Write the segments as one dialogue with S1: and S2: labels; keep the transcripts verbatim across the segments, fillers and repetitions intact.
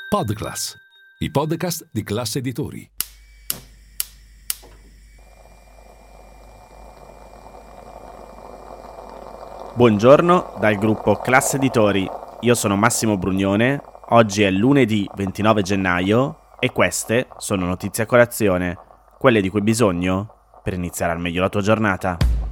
S1: Podclass, i podcast di Classe Editori.
S2: Buongiorno dal gruppo Classe Editori, io sono Massimo Brugnone, oggi è lunedì ventinove gennaio e queste sono notizie a colazione, quelle di cui hai bisogno per iniziare al meglio la tua giornata.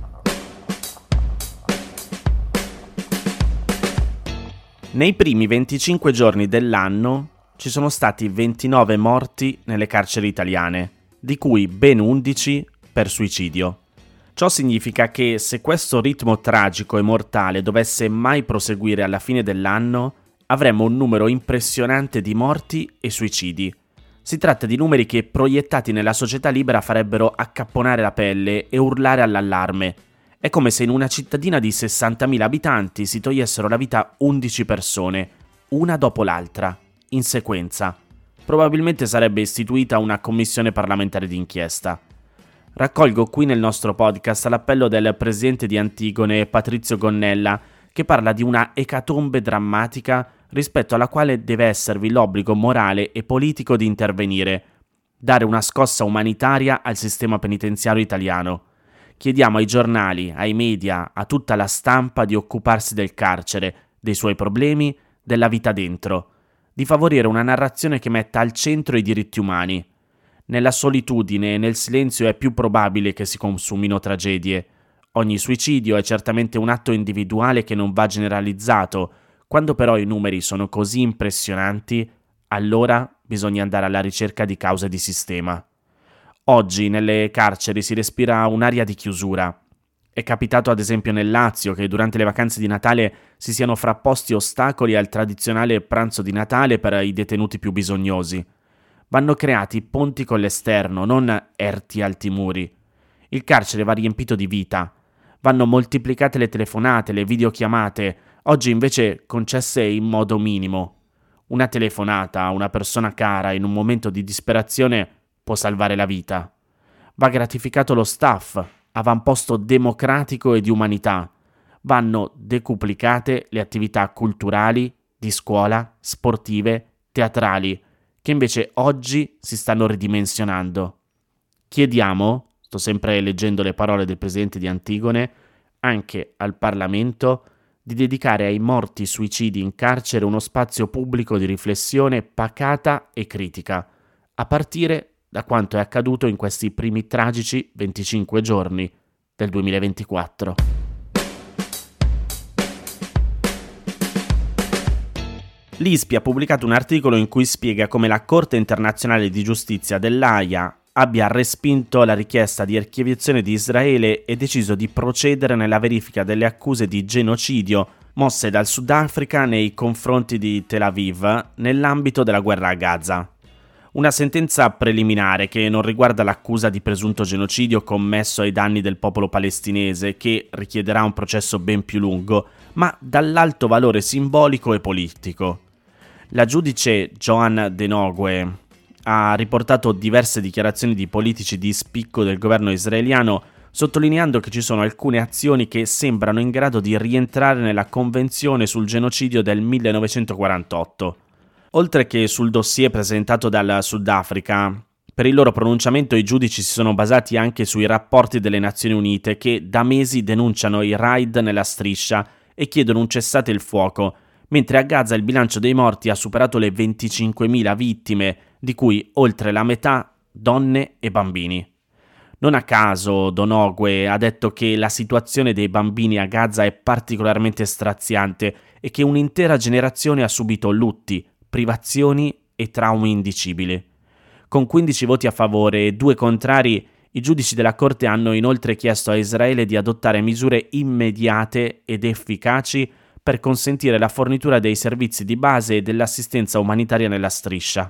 S2: Nei primi venticinque giorni dell'anno ci sono stati ventinove morti nelle carceri italiane, di cui ben undici per suicidio. Ciò significa che se questo ritmo tragico e mortale dovesse mai proseguire alla fine dell'anno, avremmo un numero impressionante di morti e suicidi. Si tratta di numeri che, proiettati nella società libera, farebbero accapponare la pelle e urlare all'allarme. È come se in una cittadina di sessantamila abitanti si togliessero la vita undici persone, una dopo l'altra, in sequenza. Probabilmente sarebbe istituita una commissione parlamentare d'inchiesta. Raccolgo qui nel nostro podcast l'appello del presidente di Antigone, Patrizio Gonnella, che parla di una ecatombe drammatica rispetto alla quale deve esservi l'obbligo morale e politico di intervenire, dare una scossa umanitaria al sistema penitenziario italiano. Chiediamo ai giornali, ai media, a tutta la stampa di occuparsi del carcere, dei suoi problemi, della vita dentro, di favorire una narrazione che metta al centro i diritti umani. Nella solitudine e nel silenzio è più probabile che si consumino tragedie. Ogni suicidio è certamente un atto individuale che non va generalizzato. Quando però i numeri sono così impressionanti, allora bisogna andare alla ricerca di cause di sistema. Oggi nelle carceri si respira un'aria di chiusura. È capitato ad esempio nel Lazio che durante le vacanze di Natale si siano frapposti ostacoli al tradizionale pranzo di Natale per i detenuti più bisognosi. Vanno creati ponti con l'esterno, non erti alti muri. Il carcere va riempito di vita. Vanno moltiplicate le telefonate, le videochiamate, oggi invece concesse in modo minimo. Una telefonata a una persona cara in un momento di disperazione può salvare la vita. Va gratificato lo staff, avamposto democratico e di umanità. Vanno decuplicate le attività culturali, di scuola, sportive, teatrali, che invece oggi si stanno ridimensionando. Chiediamo, sto sempre leggendo le parole del presidente di Antigone, anche al Parlamento, di dedicare ai morti suicidi in carcere uno spazio pubblico di riflessione pacata e critica, a partire da quanto è accaduto in questi primi tragici venticinque giorni del duemilaventiquattro. L'I S P I ha pubblicato un articolo in cui spiega come la Corte internazionale di giustizia dell'Aia abbia respinto la richiesta di archiviazione di Israele e deciso di procedere nella verifica delle accuse di genocidio mosse dal Sudafrica nei confronti di Tel Aviv nell'ambito della guerra a Gaza. Una sentenza preliminare che non riguarda l'accusa di presunto genocidio commesso ai danni del popolo palestinese, che richiederà un processo ben più lungo, ma dall'alto valore simbolico e politico. La giudice Joan Denogue ha riportato diverse dichiarazioni di politici di spicco del governo israeliano, sottolineando che ci sono alcune azioni che sembrano in grado di rientrare nella Convenzione sul genocidio del millenovecentoquarantotto. Oltre che sul dossier presentato dal Sudafrica, per il loro pronunciamento i giudici si sono basati anche sui rapporti delle Nazioni Unite che da mesi denunciano i raid nella striscia e chiedono un cessate il fuoco, mentre a Gaza il bilancio dei morti ha superato le venticinquemila vittime, di cui oltre la metà donne e bambini. Non a caso Donoghue ha detto che la situazione dei bambini a Gaza è particolarmente straziante e che un'intera generazione ha subito lutti, privazioni e traumi indicibili. Con quindici voti a favore e due contrari, i giudici della Corte hanno inoltre chiesto a Israele di adottare misure immediate ed efficaci per consentire la fornitura dei servizi di base e dell'assistenza umanitaria nella striscia.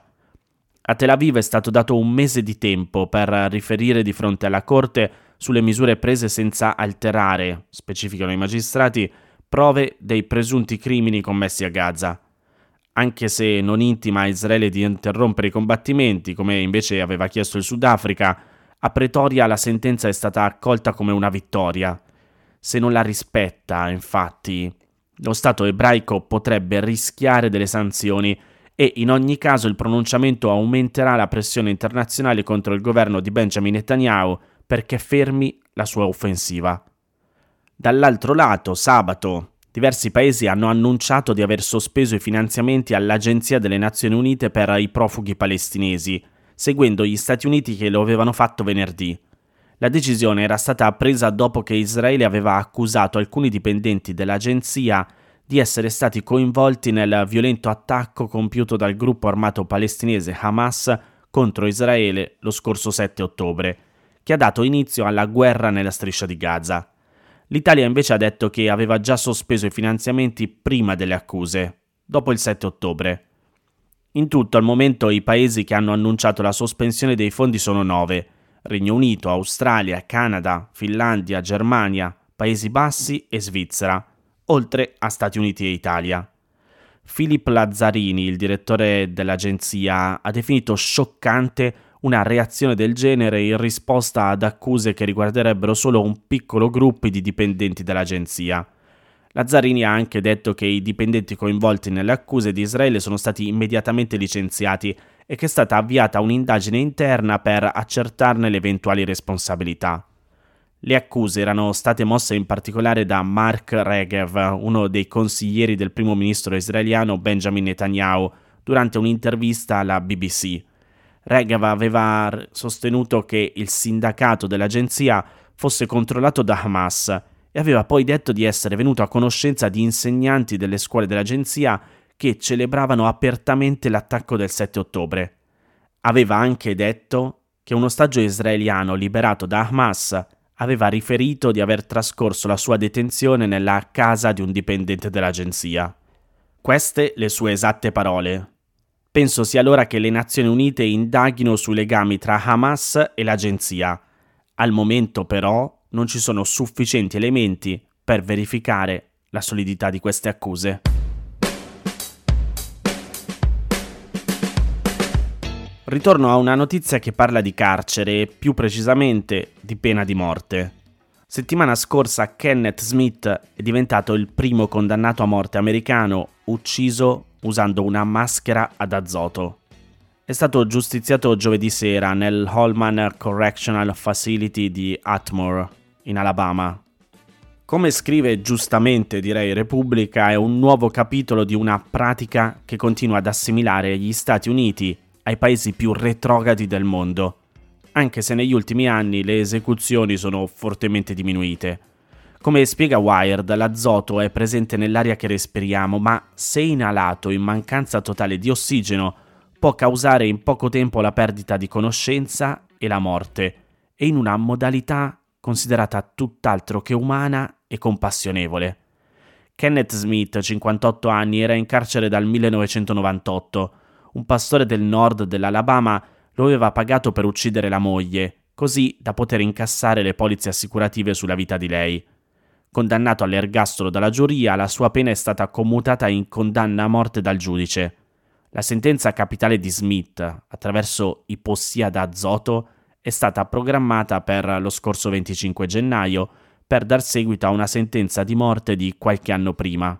S2: A Tel Aviv è stato dato un mese di tempo per riferire di fronte alla Corte sulle misure prese senza alterare, specificano i magistrati, prove dei presunti crimini commessi a Gaza. Anche se non intima a Israele di interrompere i combattimenti, come invece aveva chiesto il Sudafrica, a Pretoria la sentenza è stata accolta come una vittoria. Se non la rispetta, infatti, lo Stato ebraico potrebbe rischiare delle sanzioni e in ogni caso il pronunciamento aumenterà la pressione internazionale contro il governo di Benjamin Netanyahu perché fermi la sua offensiva. Dall'altro lato, sabato, diversi paesi hanno annunciato di aver sospeso i finanziamenti all'Agenzia delle Nazioni Unite per i profughi palestinesi, seguendo gli Stati Uniti che lo avevano fatto venerdì. La decisione era stata presa dopo che Israele aveva accusato alcuni dipendenti dell'agenzia di essere stati coinvolti nel violento attacco compiuto dal gruppo armato palestinese Hamas contro Israele lo scorso sette ottobre, che ha dato inizio alla guerra nella striscia di Gaza. L'Italia invece ha detto che aveva già sospeso i finanziamenti prima delle accuse, dopo il sette ottobre. In tutto, al momento, i paesi che hanno annunciato la sospensione dei fondi sono nove: Regno Unito, Australia, Canada, Finlandia, Germania, Paesi Bassi e Svizzera, oltre a Stati Uniti e Italia. Philip Lazzarini, il direttore dell'agenzia, ha definito scioccante una reazione del genere in risposta ad accuse che riguarderebbero solo un piccolo gruppo di dipendenti dell'agenzia. Lazzarini ha anche detto che i dipendenti coinvolti nelle accuse di Israele sono stati immediatamente licenziati e che è stata avviata un'indagine interna per accertarne le eventuali responsabilità. Le accuse erano state mosse in particolare da Mark Regev, uno dei consiglieri del primo ministro israeliano Benjamin Netanyahu, durante un'intervista alla B B C. Regev aveva sostenuto che il sindacato dell'agenzia fosse controllato da Hamas e aveva poi detto di essere venuto a conoscenza di insegnanti delle scuole dell'agenzia che celebravano apertamente l'attacco del sette ottobre. Aveva anche detto che un ostaggio israeliano liberato da Hamas aveva riferito di aver trascorso la sua detenzione nella casa di un dipendente dell'agenzia. Queste le sue esatte parole. Penso sia l'ora che le Nazioni Unite indaghino sui legami tra Hamas e l'agenzia. Al momento, però, non ci sono sufficienti elementi per verificare la solidità di queste accuse. Ritorno a una notizia che parla di carcere e più precisamente di pena di morte. Settimana scorsa Kenneth Smith è diventato il primo condannato a morte americano ucciso usando una maschera ad azoto. È stato giustiziato giovedì sera nel Holman Correctional Facility di Atmore, in Alabama. Come scrive giustamente, direi, Repubblica, è un nuovo capitolo di una pratica che continua ad assimilare gli Stati Uniti ai paesi più retrogradi del mondo, anche se negli ultimi anni le esecuzioni sono fortemente diminuite. Come spiega Wired, l'azoto è presente nell'aria che respiriamo, ma se inalato in mancanza totale di ossigeno può causare in poco tempo la perdita di conoscenza e la morte, e in una modalità considerata tutt'altro che umana e compassionevole. Kenneth Smith, cinquantotto anni, era in carcere dal millenovecentonovantotto. Un pastore del nord dell'Alabama lo aveva pagato per uccidere la moglie, così da poter incassare le polizze assicurative sulla vita di lei. Condannato all'ergastolo dalla giuria, la sua pena è stata commutata in condanna a morte dal giudice. La sentenza capitale di Smith, attraverso ipossia da azoto, è stata programmata per lo scorso venticinque gennaio per dar seguito a una sentenza di morte di qualche anno prima.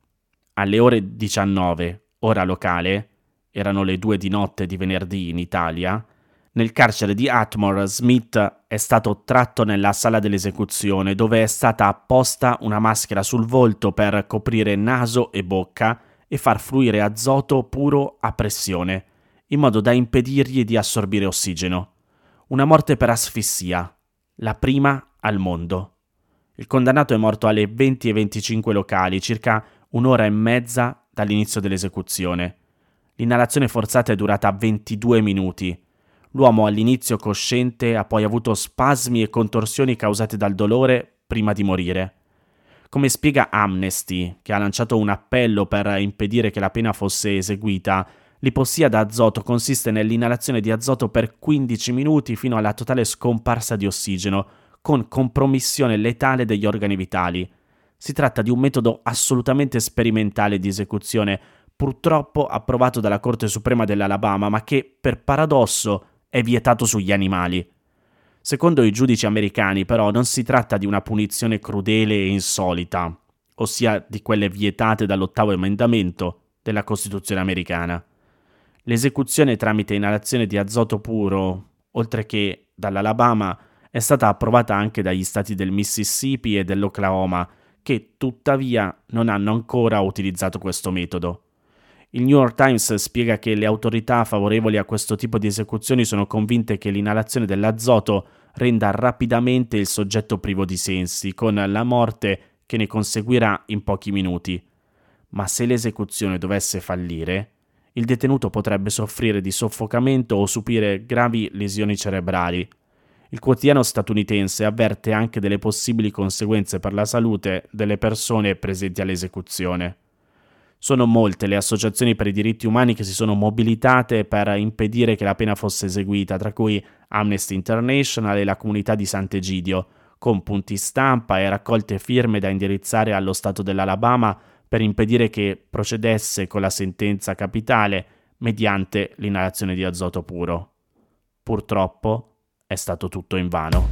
S2: Alle ore diciannove, ora locale, erano le due di notte di venerdì in Italia, nel carcere di Atmore Smith è stato tratto nella sala dell'esecuzione, dove è stata apposta una maschera sul volto per coprire naso e bocca e far fluire azoto puro a pressione, in modo da impedirgli di assorbire ossigeno. Una morte per asfissia, la prima al mondo. Il condannato è morto alle venti e venticinque locali, circa un'ora e mezza dall'inizio dell'esecuzione. L'inalazione forzata è durata ventidue minuti. L'uomo all'inizio cosciente ha poi avuto spasmi e contorsioni causate dal dolore prima di morire. Come spiega Amnesty, che ha lanciato un appello per impedire che la pena fosse eseguita, l'ipossia da azoto consiste nell'inalazione di azoto per quindici minuti fino alla totale scomparsa di ossigeno, con compromissione letale degli organi vitali. Si tratta di un metodo assolutamente sperimentale di esecuzione, purtroppo approvato dalla Corte Suprema dell'Alabama, ma che, per paradosso, è vietato sugli animali. Secondo i giudici americani, però, non si tratta di una punizione crudele e insolita, ossia di quelle vietate dall'ottavo emendamento della Costituzione americana. L'esecuzione tramite inalazione di azoto puro, oltre che dall'Alabama, è stata approvata anche dagli stati del Mississippi e dell'Oklahoma, che tuttavia non hanno ancora utilizzato questo metodo. Il New York Times spiega che le autorità favorevoli a questo tipo di esecuzioni sono convinte che l'inalazione dell'azoto renda rapidamente il soggetto privo di sensi, con la morte che ne conseguirà in pochi minuti. Ma se l'esecuzione dovesse fallire, il detenuto potrebbe soffrire di soffocamento o subire gravi lesioni cerebrali. Il quotidiano statunitense avverte anche delle possibili conseguenze per la salute delle persone presenti all'esecuzione. Sono molte le associazioni per i diritti umani che si sono mobilitate per impedire che la pena fosse eseguita, tra cui Amnesty International e la comunità di Sant'Egidio, con punti stampa e raccolte firme da indirizzare allo Stato dell'Alabama per impedire che procedesse con la sentenza capitale mediante l'inalazione di azoto puro. Purtroppo è stato tutto invano.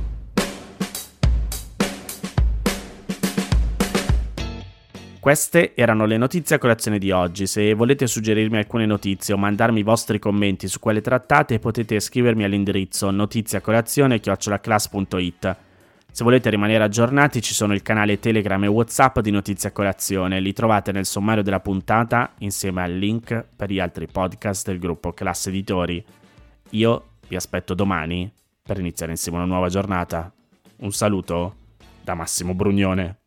S2: Queste erano le notizie a colazione di oggi. Se volete suggerirmi alcune notizie o mandarmi i vostri commenti su quelle trattate, potete scrivermi all'indirizzo notiziacolazione chiocciola class punto it. Se volete rimanere aggiornati, ci sono il canale Telegram e WhatsApp di Notizie a Colazione. Li trovate nel sommario della puntata insieme al link per gli altri podcast del gruppo Classe Editori. Io vi aspetto domani per iniziare insieme una nuova giornata. Un saluto da Massimo Brugnone.